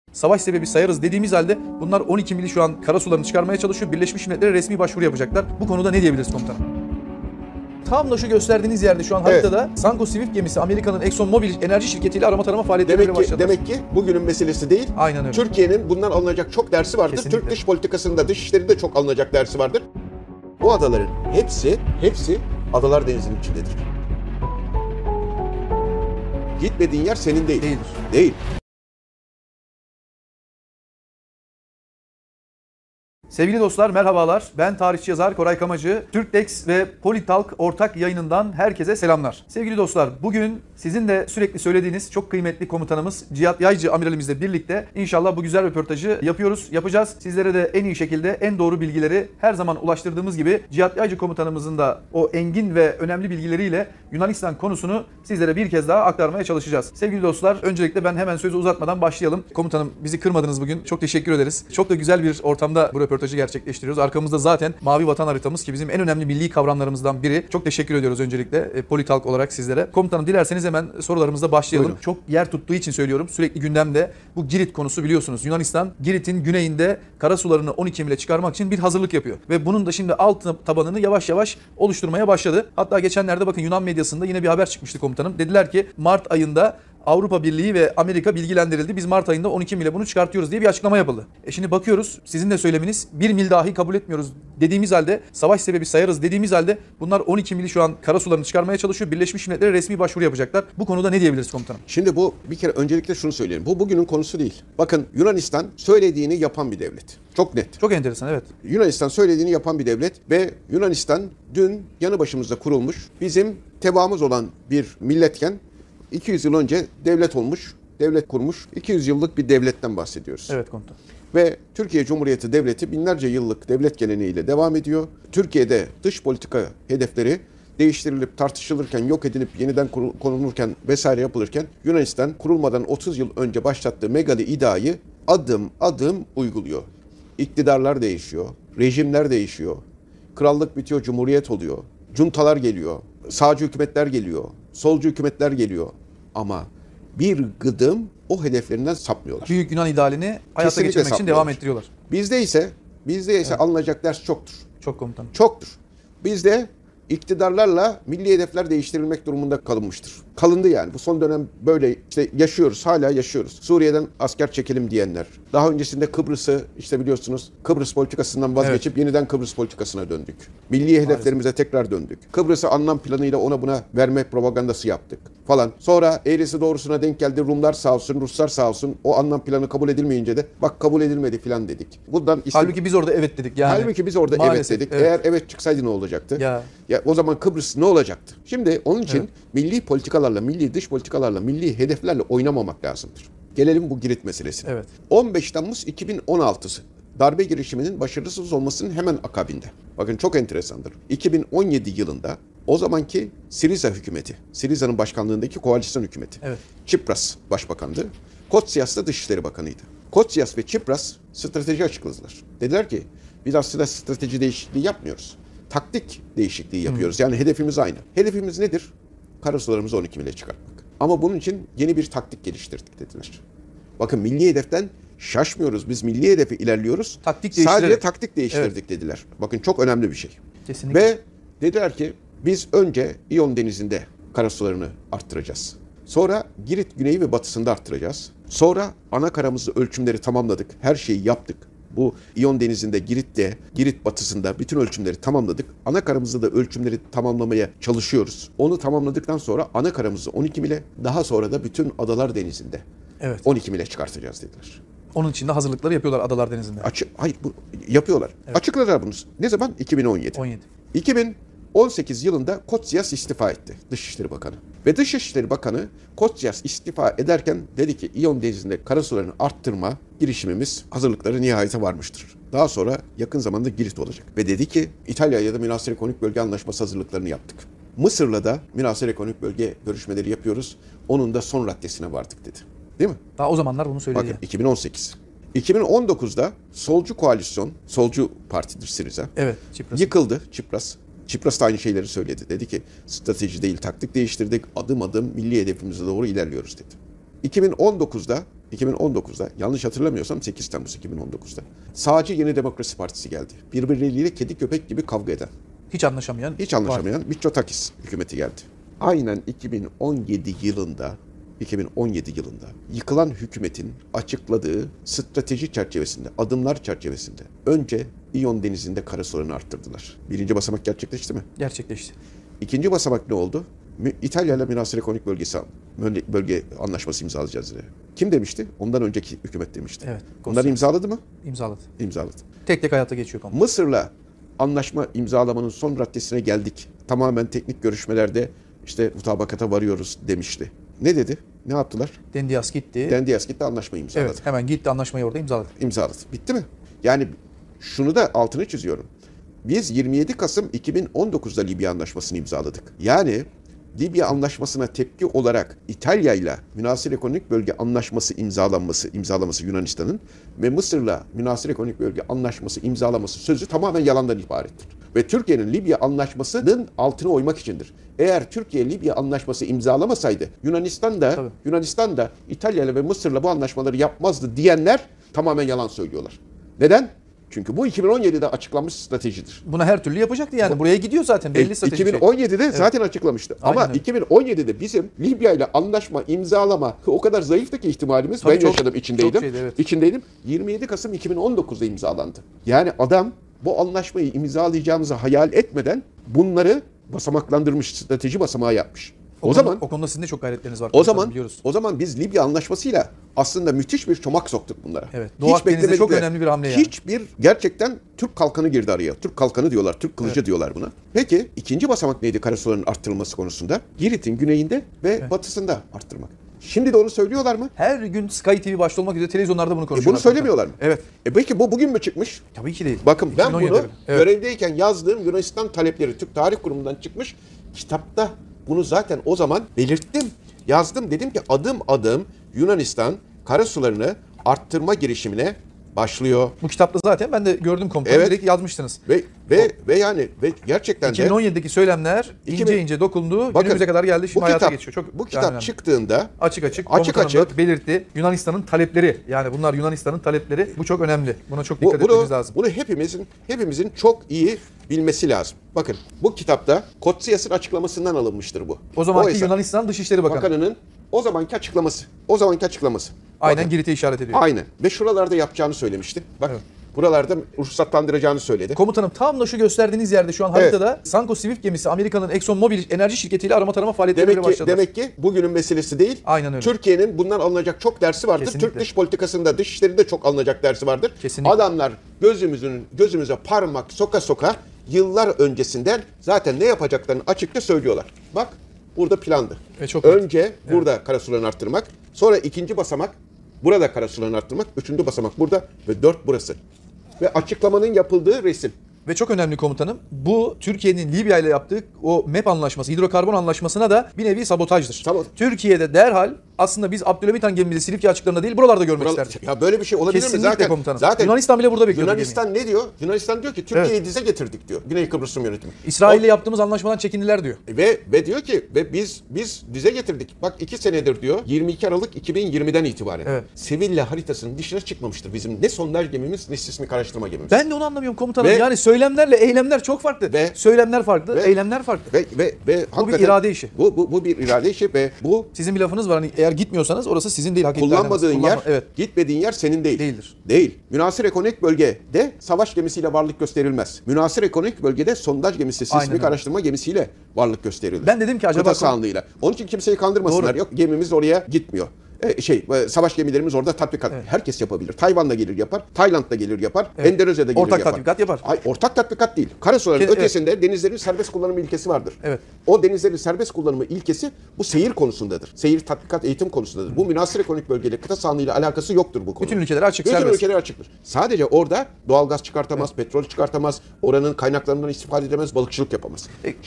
Savaş sebebi sayarız dediğimiz halde bunlar 12 mili şu an karasularını çıkarmaya çalışıyor. Birleşmiş Milletler'e resmi başvuru yapacaklar. Bu konuda ne diyebiliriz komutanım? Tam da şu gösterdiğiniz yerde şu an haritada Sanko Swift gemisi Amerika'nın ExxonMobil enerji şirketiyle arama tarama faaliyetleri başladı. Demek ki bugünün meselesi değil. Aynen öyle. Türkiye'nin bundan alınacak çok dersi vardır. Kesinlikle. Türk dış politikasında, dış işlerinde çok alınacak dersi vardır. Bu adaların hepsi Adalar Denizi'nin içindedir. Gitmediğin yer senin değil. Değildir. Değil. Sevgili dostlar merhabalar. Ben tarihçi yazar Koray Kamacı. Türkdex ve Politalk ortak yayınından herkese selamlar. Sevgili dostlar bugün sizin de sürekli söylediğiniz çok kıymetli komutanımız Cihat Yaycı amiralimizle birlikte inşallah bu güzel röportajı yapacağız. Sizlere de en iyi şekilde en doğru bilgileri her zaman ulaştırdığımız gibi Cihat Yaycı komutanımızın da o engin ve önemli bilgileriyle Yunanistan konusunu sizlere bir kez daha aktarmaya çalışacağız. Sevgili dostlar öncelikle ben hemen sözü uzatmadan başlayalım. Komutanım bizi kırmadınız bugün. Çok teşekkür ederiz. Çok da güzel bir ortamda bu röportajı gerçekleştiriyoruz. Arkamızda zaten Mavi Vatan haritamız ki bizim en önemli milli kavramlarımızdan biri. Çok teşekkür ediyoruz öncelikle Politalk olarak sizlere. Komutanım dilerseniz hemen sorularımızla başlayalım. Buyurun. Çok yer tuttuğu için söylüyorum. Sürekli gündemde bu Girit konusu biliyorsunuz. Yunanistan Girit'in güneyinde karasularını 12 mile çıkarmak için bir hazırlık yapıyor. Ve bunun da şimdi alt tabanını yavaş yavaş oluşturmaya başladı. Hatta geçenlerde bakın Yunan medyasında yine bir haber çıkmıştı komutanım. Dediler ki Mart ayında Avrupa Birliği ve Amerika bilgilendirildi. Biz Mart ayında 12 mile bunu çıkartıyoruz diye bir açıklama yapıldı. Şimdi bakıyoruz sizin de söyleminiz 1 mil dahi kabul etmiyoruz dediğimiz halde savaş sebebi sayarız dediğimiz halde bunlar 12 mili şu an karasularını çıkarmaya çalışıyor. Birleşmiş Milletler'e resmi başvuru yapacaklar. Bu konuda ne diyebiliriz komutanım? Şimdi bu bir kere öncelikle şunu söyleyelim. Bu bugünün konusu değil. Bakın Yunanistan söylediğini yapan bir devlet. Çok net. Çok enteresan evet. Yunanistan söylediğini yapan bir devlet ve Yunanistan dün yanı başımızda kurulmuş bizim tebaamız olan bir milletken 200 yıl önce devlet olmuş, devlet kurmuş, 200 yıllık bir devletten bahsediyoruz. Evet komutanım. Ve Türkiye Cumhuriyeti Devleti binlerce yıllık devlet geleneğiyle devam ediyor. Türkiye'de dış politika hedefleri değiştirilip tartışılırken, yok edilip yeniden konulurken vesaire yapılırken Yunanistan kurulmadan 30 yıl önce başlattığı megali iddiayı adım adım uyguluyor. İktidarlar değişiyor, rejimler değişiyor, krallık bitiyor, cumhuriyet oluyor, cuntalar geliyor, sağcı hükümetler geliyor, solcu hükümetler geliyor ama bir gıdım o hedeflerinden sapmıyorlar. Büyük Yunan idealini hayata Kesinlikle geçirmek için sapmıyorlar. devam ettiriyorlar. Bizde ise alınacak ders çoktur. Çok komutanım. Çoktur. Bizde iktidarlarla milli hedefler değiştirilmek durumunda kalınmıştır. Kalındı yani. Bu son dönem böyle işte yaşıyoruz. Hala yaşıyoruz. Suriye'den asker çekelim diyenler. Daha öncesinde Kıbrıs'ı işte biliyorsunuz Kıbrıs politikasından vazgeçip yeniden Kıbrıs politikasına döndük. Milli hedeflerimize tekrar döndük. Kıbrıs'ı anlam planıyla ona buna verme propagandası yaptık falan. Sonra eğrisi doğrusuna denk geldi. Rumlar sağ olsun, Ruslar sağ olsun. O anlam planı kabul edilmeyince de bak kabul edilmedi falan dedik. Halbuki biz orada evet dedik yani. Halbuki biz orada Maalesef, evet dedik. evet. Eğer evet çıksaydı ne olacaktı? Ya. O zaman Kıbrıs ne olacaktı? Şimdi onun için milli politikalarla, milli dış politikalarla, milli hedeflerle oynamamak lazımdır. Gelelim bu Girit meselesine. Evet. 15 Temmuz 2016'sı darbe girişiminin başarısız olmasının hemen akabinde. Bakın çok enteresandır. 2017 yılında o zamanki Siriza hükümeti, Siriza'nın başkanlığındaki koalisyon hükümeti. Evet. Çipras başbakandı. Kotsias da Dışişleri Bakanıydı. Kotsias ve Çipras strateji açıkladılar. Dediler ki biz aslında strateji değişikliği yapmıyoruz. Taktik değişikliği yapıyoruz. Yani hedefimiz aynı. Hedefimiz nedir? Karasularımızı 12 mile çıkartmak. Ama bunun için yeni bir taktik geliştirdik dediler. Bakın milli hedeften şaşmıyoruz. Biz milli hedefe ilerliyoruz. Sadece taktik değiştirdik dediler. Bakın çok önemli bir şey. Kesinlikle. Ve dediler ki biz önce İyon Denizi'nde karasularını arttıracağız. Sonra Girit güneyi ve batısında arttıracağız. Sonra ana karamızda ölçümleri tamamladık. Her şeyi yaptık. Bu İyon Denizi'nde, Girit'te, Girit batısında bütün ölçümleri tamamladık. Ana karamızda da ölçümleri tamamlamaya çalışıyoruz. Onu tamamladıktan sonra ana karamızı 12 mile, daha sonra da bütün Adalar Denizi'nde 12 mile çıkartacağız dediler. Onun için de hazırlıkları yapıyorlar Adalar Denizi'nde. Yapıyorlar. Evet. Açıkladılar bunu. Ne zaman? 2017. 2018 yılında Kotsias istifa etti. Dışişleri Bakanı. Ve Dışişleri Bakanı Kotsias istifa ederken dedi ki İyon Denizi'nde karasularını arttırma girişimimiz hazırlıkları nihayete varmıştır. Daha sonra yakın zamanda Girit olacak. Ve dedi ki İtalya'ya da Münhasır Ekonomik Bölge Anlaşması hazırlıklarını yaptık. Mısır'la da Münhasır Ekonomik Bölge görüşmeleri yapıyoruz. Onun da son raddesine vardık dedi. Değil mi? Daha o zamanlar bunu söyledi. Bakın 2018. 2019'da solcu koalisyon, solcu partidir Siriza. Evet, Çipras. Yıkıldı Çipras. Çipras da aynı şeyleri söyledi. Dedi ki strateji değil taktik değiştirdik. Adım adım milli hedefimize doğru ilerliyoruz dedi. 2019'da 2019'da yanlış hatırlamıyorsam 8 Temmuz 2019'da sağcı Yeni Demokrasi Partisi geldi. Birbirleriyle kedi köpek gibi kavga eden, Hiç anlaşamayan. hiç anlaşamayan Mitsotakis hükümeti geldi. Aynen 2017 yılında yıkılan hükümetin açıkladığı strateji çerçevesinde, adımlar çerçevesinde önce İyon Denizi'nde karasularını arttırdılar. Birinci basamak gerçekleşti mi? Gerçekleşti. İkinci basamak ne oldu? İtalya ile Münhasır Ekonomik Bölge Anlaşması imzalayacağız diye. Kim demişti? Ondan önceki hükümet demişti. Evet. Onlar imzaladı mı? İmzaladı. İmzaladı. Tek tek hayata geçiyor konu. Mısır'la anlaşma imzalamanın son raddesine geldik. Tamamen teknik görüşmelerde işte mutabakata varıyoruz demişti. Ne dedi? Ne yaptılar? Dendias gitti. Dendias gitti, anlaşmayı imzaladı. Evet, hemen gitti, anlaşmayı orada imzaladı. İmzaladı. Bitti mi? Yani şunu da altını çiziyorum. Biz 27 Kasım 2019'da Libya Anlaşması'nı imzaladık. Yani Libya Anlaşması'na tepki olarak İtalya ile Münhasır Ekonomik Bölge Anlaşması imzalaması Yunanistan'ın ve Mısır'la Münhasır Ekonomik Bölge Anlaşması imzalaması sözü tamamen yalandan ibarettir. Ve Türkiye'nin Libya Anlaşması'nın altına oymak içindir. Eğer Türkiye Libya Anlaşması imzalamasaydı Yunanistan da İtalya ile ve Mısır'la bu anlaşmaları yapmazdı diyenler tamamen yalan söylüyorlar. Neden? Çünkü bu 2017'de açıklanmış stratejidir. Buna her türlü yapacaktı yani. Buraya gidiyor zaten belli strateji. 2017'de zaten açıklamıştı. Ama Aynen öyle. 2017'de bizim Libya ile anlaşma imzalama o kadar zayıftı ki ihtimalimiz. Tabii ben çok- yaşadım, içindeydim. çok şeydi, evet. İçindeydim. 27 Kasım 2019'da imzalandı. Yani adam bu anlaşmayı imzalayacağımızı hayal etmeden bunları basamaklandırmış, strateji basamağı yapmış. O zaman o konuda sizin de çok gayretleriniz var. Biliyoruz. o zaman biz Libya Anlaşması'yla aslında müthiş bir çomak soktuk bunlara. Evet. Doğu Akdeniz'de çok önemli bir hamle yani. Hiçbir gerçekten Türk kalkanı girdi araya. Türk kalkanı diyorlar, Türk kılıcı diyorlar buna. Peki ikinci basamak neydi karasularının arttırılması konusunda? Girit'in güneyinde ve batısında arttırmak. Şimdi de onu söylüyorlar mı? Her gün Sky TV başta olmak üzere televizyonlarda bunu konuşuyorlar. Bunu söylemiyorlar mı? Evet. Peki bu bugün mü çıkmış? Tabii ki değil. Bakın ben 2017'de. bunu Evet. görevdeyken yazdığım Yunanistan talepleri Türk Tarih Kurumu'ndan çıkmış. Kitapta bunu zaten o zaman belirttim. Yazdım, dedim ki adım adım Yunanistan karasularını arttırma girişimine başlıyor. Bu kitapta zaten ben de gördüm komutanım. Evet. Direkt yazmıştınız. Ve gerçekten de 2017'deki söylemler ince dokundu. Günümüze kadar geldi. Şimdi hayata geçiyor. Bu kitap çıktığında açık komutanım da belirtti. Yunanistan'ın talepleri. Yani bunlar Yunanistan'ın talepleri. Bu çok önemli. Buna çok dikkat etmemiz lazım. Bunu hepimizin çok iyi bilmesi lazım. Bakın bu kitapta Kotsias'ın açıklamasından alınmıştır bu. O zamanki Yunanistan Dışişleri Bakanı'nın o zamanki açıklaması. Aynen Bakın, Girit'e işaret ediyor. Aynen. Ve şuralarda yapacağını söylemişti. Bak buralarda ruhsatlandıracağını söyledi. Komutanım tam da şu gösterdiğiniz yerde şu an haritada Sanko Swift gemisi Amerika'nın ExxonMobil enerji şirketiyle arama tarama faaliyetlerine başladı. Demek ki bugünün meselesi değil. Aynen öyle. Türkiye'nin bundan alınacak çok dersi vardır. Kesinlikle. Türk dış politikasında, dışişlerinde çok alınacak dersi vardır. Kesinlikle. Adamlar gözümüze parmak soka yıllar öncesinden zaten ne yapacaklarını açıkça söylüyorlar. Bak burada plandı. Çok Önce burada karasularını arttırmak, sonra ikinci basamak burada karasularını arttırmak, üçüncü basamak burada ve 4 burası. Ve açıklamanın yapıldığı resim. Ve çok önemli komutanım. Bu Türkiye'nin Libya ile yaptığı o MEP anlaşması, hidrokarbon anlaşmasına da bir nevi sabotajdır. Türkiye'de derhal aslında biz Abdülhamit Han gemimizi Silifke açıklarında değil buralarda görmek isterdik. Ya böyle bir şey olabilir Kesinlikle mi? komutanım. Zaten Yunanistan bile burada bekliyordu Yunanistan ne diyor? Yunanistan diyor ki Türkiye'yi dize getirdik diyor. Güney Kıbrıs Rum yönetimi. İsrail'le yaptığımız anlaşmadan çekindiler diyor. Ve diyor ki biz dize getirdik. Bak 2 senedir diyor. 22 Aralık 2020'den itibaren. Evet. Sevilla haritasının dışına çıkmamıştır bizim ne sondaj gemimiz ne sismik araştırma gemimiz. Ben de onu anlamıyorum komutanım. Ve- Yani söylemlerle eylemler çok farklı. Söylemler farklı, eylemler farklı. Ve Bu bir hakikaten irade işi. Bu bir irade işi ve bu Sizin bir lafınız var. Hani eğer gitmiyorsanız orası sizin değil. Hak kullanmadığın yer, Evet. gitmediğin yer senin değil. Değildir. Değil. Münhasır ekonomik bölgede savaş gemisiyle varlık gösterilmez. Münhasır ekonomik bölgede sondaj gemisi, Aynen sismik öyle. araştırma gemisiyle varlık gösterilir. Ben dedim ki acaba Kıta sahanlığıyla. Onun için kimseyi kandırmasınlar. Doğru. Yok gemimiz oraya gitmiyor. Savaş gemilerimiz orada tatbikat. Evet. Herkes yapabilir. Tayvan'da gelir yapar. Tayland'da gelir yapar. Endonezya'da gelir Ortak yapar. tatbikat yapar. Ortak tatbikat değil. Karasuların Evet. ötesinde denizlerin serbest kullanımı ilkesi vardır. Evet. O denizlerin serbest kullanımı ilkesi bu seyir konusundadır. Seyir, tatbikat, eğitim konusundadır. Bu münhasır ekonomik bölgeyle kıta sahanlığıyla alakası yoktur bu konu. Bütün ülkelere açık, Bütün serbest. ülkelere açıktır. Sadece orada doğalgaz çıkartamaz, petrol çıkartamaz, oranın kaynaklarından istifade edemez, balıkçılık yapamaz.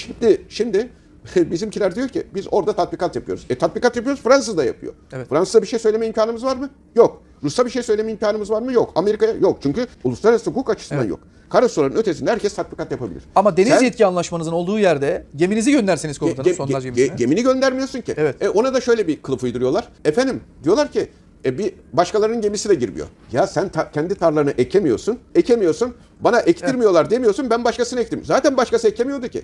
Şimdi bizimkiler diyor ki biz orada tatbikat yapıyoruz. Tatbikat yapıyoruz, Fransız da yapıyor. Evet. Fransız'a bir şey söyleme imkanımız var mı? Yok. Rus'a bir şey söyleme imkanımız var mı? Yok. Amerika'ya yok. Çünkü uluslararası hukuk açısından yok. Karasuların ötesinde herkes tatbikat yapabilir. Ama deniz yetki anlaşmanızın olduğu yerde geminizi gönderseniz komutanım sondaj gemisine. Gemini göndermiyorsun ki. Evet. Ona da şöyle bir kılıf uyduruyorlar. Efendim diyorlar ki Bir başkalarının gemisi de girmiyor. Ya sen kendi tarlanı ekemiyorsun. Bana ektirmiyorlar demiyorsun, ben başkasını ektim. Zaten başkası ekemiyordu ki.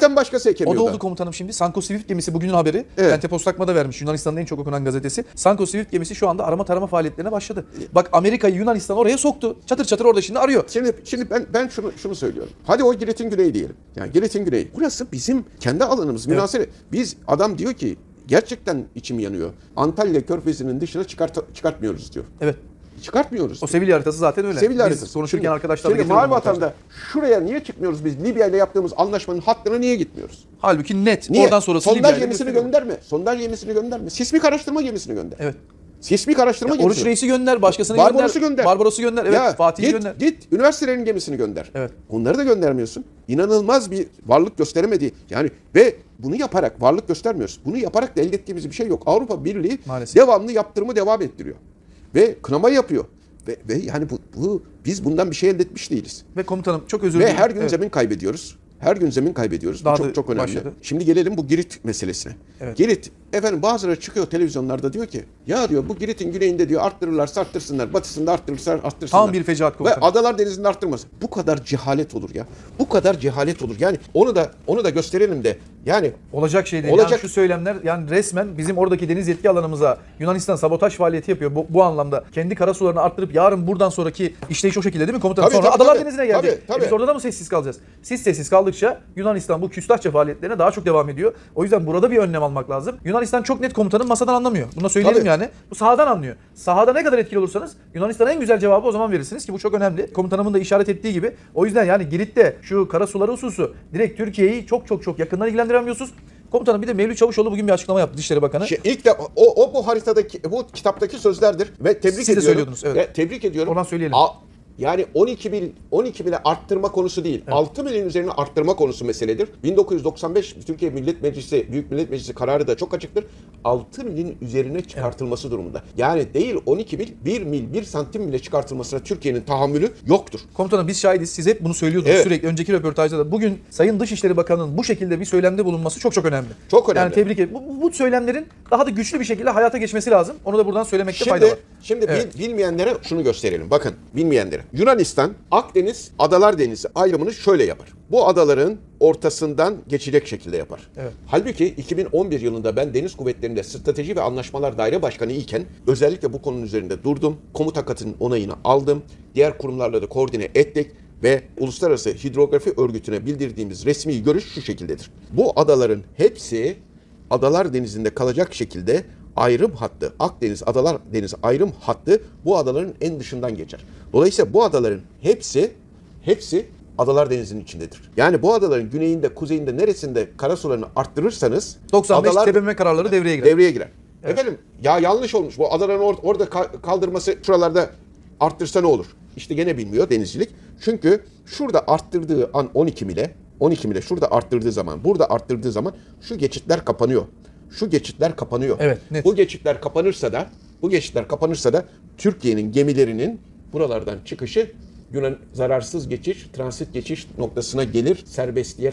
O da oldu komutanım şimdi. Sanko Swift gemisi bugünün haberi. Evet. Pentapostakma da vermiş. Yunanistan'ın en çok okunan gazetesi. Sanko Swift gemisi şu anda arama tarama faaliyetlerine başladı. Bak Amerika'yı Yunanistan oraya soktu. Çatır çatır orada şimdi arıyor. Şimdi ben şunu söylüyorum. Hadi o Girit'in güneyi diyelim. Yani Girit'in güneyi. Burası bizim kendi alanımız. Münasebe. Biz adam diyor ki gerçekten içim yanıyor. Antalya Körfezi'nin dışına çıkartmıyoruz diyor. Evet. Çıkartmıyoruz. O Sevilla haritası zaten öyle. Sevilla Biz haritası. konuşurken arkadaşlarla Şimdi getirdim Mavi montajda. Vatan'da şuraya niye çıkmıyoruz biz? Libya ile yaptığımız anlaşmanın hattına niye gitmiyoruz? Halbuki net. Niye? Oradan sonrası Sondaj Libya'yla gemisini gösteriyor. gönderme. Sondaj gemisini gönderme. Sismik araştırma gemisini gönder. Evet. Sismik araştırma Oruç gemisini. Reis'i gönder, başkasını Barbaros'u gönder. Barbaros'u gönder. Evet, Ya, Fatih'i gönder. Git üniversitelerin gemisini gönder. Evet. Onları da göndermiyorsun. İnanılmaz bir varlık gösteremediği yani ve bunu yaparak varlık göstermiyoruz. Bunu yaparak da elde ettiğimiz bir şey yok. Avrupa Birliği Maalesef. devamlı yaptırımı devam ettiriyor. Ve kınama yapıyor. Ve yani biz bundan bir şey elde etmiş değiliz. Ve komutanım çok özür Ve dilerim. her gün Evet. zemin kaybediyoruz. Her gün zemin kaybediyoruz. Daha Bu da çok önemli. başladı. Şimdi gelelim bu Girit meselesine. Evet. Girit, efendim bazıları çıkıyor televizyonlarda diyor ki ya diyor bu Girit'in güneyinde diyor arttırırlarsa arttırsınlar. Batısında arttırırlar arttırsınlar. Tam bir fecaat Ve komutanım. Adalar Denizi'nde arttırmaz. Bu kadar cehalet olur ya. Bu kadar cehalet olur. Yani onu da gösterelim de. Yani Olacak şey değil. Olacak. Yani şu söylemler yani resmen bizim oradaki deniz yetki alanımıza Yunanistan sabotaj faaliyeti yapıyor. Bu anlamda kendi karasularını arttırıp yarın buradan sonraki işleyiş o şekilde değil mi komutanım? Tabii, Sonra tabii, Adalar tabii. Denizi'ne gelecek. Tabii. Biz orada da mı sessiz kalacağız? Siz sessiz kaldıkça Yunanistan bu küstahça faaliyetlerine daha çok devam ediyor. O yüzden burada bir önlem almak lazım. Yunanistan çok net komutanım masadan anlamıyor. Bunu da söyleyelim Tabii. yani. Bu sahadan anlıyor. Sahada ne kadar etkili olursanız Yunanistan'a en güzel cevabı o zaman verirsiniz ki bu çok önemli. Komutanımın da işaret ettiği gibi. O yüzden yani Girit'te şu karasuları hususu direkt Türkiye'yi çok yakından ilgilendiremiyorsunuz. Komutanım bir de Mevlüt Çavuşoğlu bugün bir açıklama yaptı Dışişleri Bakanı. ilk de bu haritadaki bu kitaptaki sözlerdir ve tebrik Siz de ediyorum. söylüyordunuz, evet. Ve tebrik ediyorum. Oradan söyleyelim. Yani 12 bile arttırma konusu değil. Evet. 6 milin üzerine arttırma konusu meseledir. 1995 Türkiye Millet Meclisi, Büyük Millet Meclisi kararı da çok açıktır. 6 milin üzerine çıkartılması durumunda. Yani değil 12 mil, 1 mil, 1 santim bile çıkartılmasına Türkiye'nin tahammülü yoktur. Komutanım biz şahidiz. Siz hep bunu söylüyordunuz Evet. sürekli. Önceki röportajda da. Bugün Sayın Dışişleri Bakanı'nın bu şekilde bir söylemde bulunması çok önemli. Çok önemli. Yani tebrik ederim. Bu söylemlerin daha da güçlü bir şekilde hayata geçmesi lazım. Onu da buradan söylemekte fayda var. Şimdi Evet. bilmeyenlere şunu gösterelim. Bakın bilmeyenlere. Yunanistan, Akdeniz, Adalar Denizi ayrımını şöyle yapar. Bu adaların ortasından geçecek şekilde yapar. Evet. Halbuki 2011 yılında ben Deniz Kuvvetleri'nde Strateji ve Anlaşmalar Daire Başkanı iken özellikle bu konunun üzerinde durdum. Komuta katının onayını aldım. Diğer kurumlarla da koordine ettik. Ve Uluslararası Hidrografi Örgütü'ne bildirdiğimiz resmi görüş şu şekildedir. Bu adaların hepsi Adalar Denizi'nde kalacak şekilde ayrım hattı, Akdeniz, Adalar Denizi ayrım hattı bu adaların en dışından geçer. Dolayısıyla bu adaların hepsi Adalar Denizi'nin içindedir. Yani bu adaların güneyinde, kuzeyinde, neresinde karasularını arttırırsanız 95 adalar tepeme kararları devreye girer. devreye girer. Evet. Efendim ya yanlış olmuş. Bu adaların orada kaldırması şuralarda arttırsa ne olur? İşte gene bilmiyor denizcilik. Çünkü şurada arttırdığı an 12 mile şurada arttırdığı zaman, burada arttırdığı zaman şu geçitler kapanıyor. Evet, net. Bu geçitler kapanırsa da Türkiye'nin gemilerinin buralardan çıkışı Yunan zararsız geçiş, transit geçiş noktasına gelir. Serbestiyet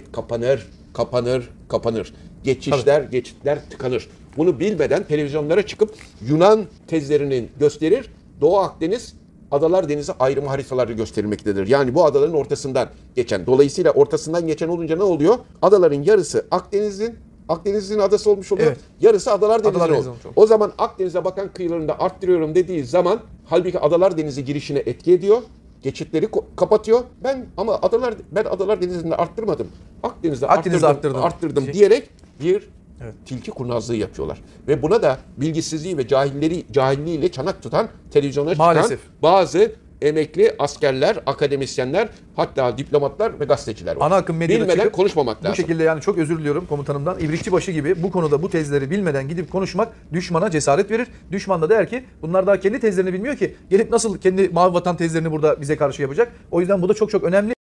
kapanır. Geçitler tıkanır. Bunu bilmeden televizyonlara çıkıp Yunan tezlerini gösterir. Doğu Akdeniz, Adalar Denizi ayrımı haritaları gösterilmektedir. Yani bu adaların ortasından geçen. Dolayısıyla ortasından geçen olunca ne oluyor? Adaların yarısı Akdeniz'in adası olmuş oluyor. Evet. Yarısı Adalar Denizi'nin Denizi oluyor. olmuş oluyor. O zaman Akdeniz'e bakan kıyılarında arttırıyorum dediği zaman halbuki Adalar Denizi girişine etki ediyor. Geçitleri kapatıyor. Ben Adalar Denizi'nde arttırmadım. Akdeniz'de arttırdım diyerek bir tilki kurnazlığı yapıyorlar. Ve buna da bilgisizliği ve cahilliğiyle çanak tutan, televizyona çıkan Maalesef. bazı emekli askerler, akademisyenler, hatta diplomatlar ve gazeteciler var. Ana akım medyada Bilmeden çıkıp konuşmamak lazım. Bu şekilde yani çok özür diliyorum komutanımdan. İbrikçibaşı gibi bu konuda bu tezleri bilmeden gidip konuşmak düşmana cesaret verir. Düşman da der ki bunlar daha kendi tezlerini bilmiyor ki gelip nasıl kendi Mavi Vatan tezlerini burada bize karşı yapacak. O yüzden bu da çok önemli.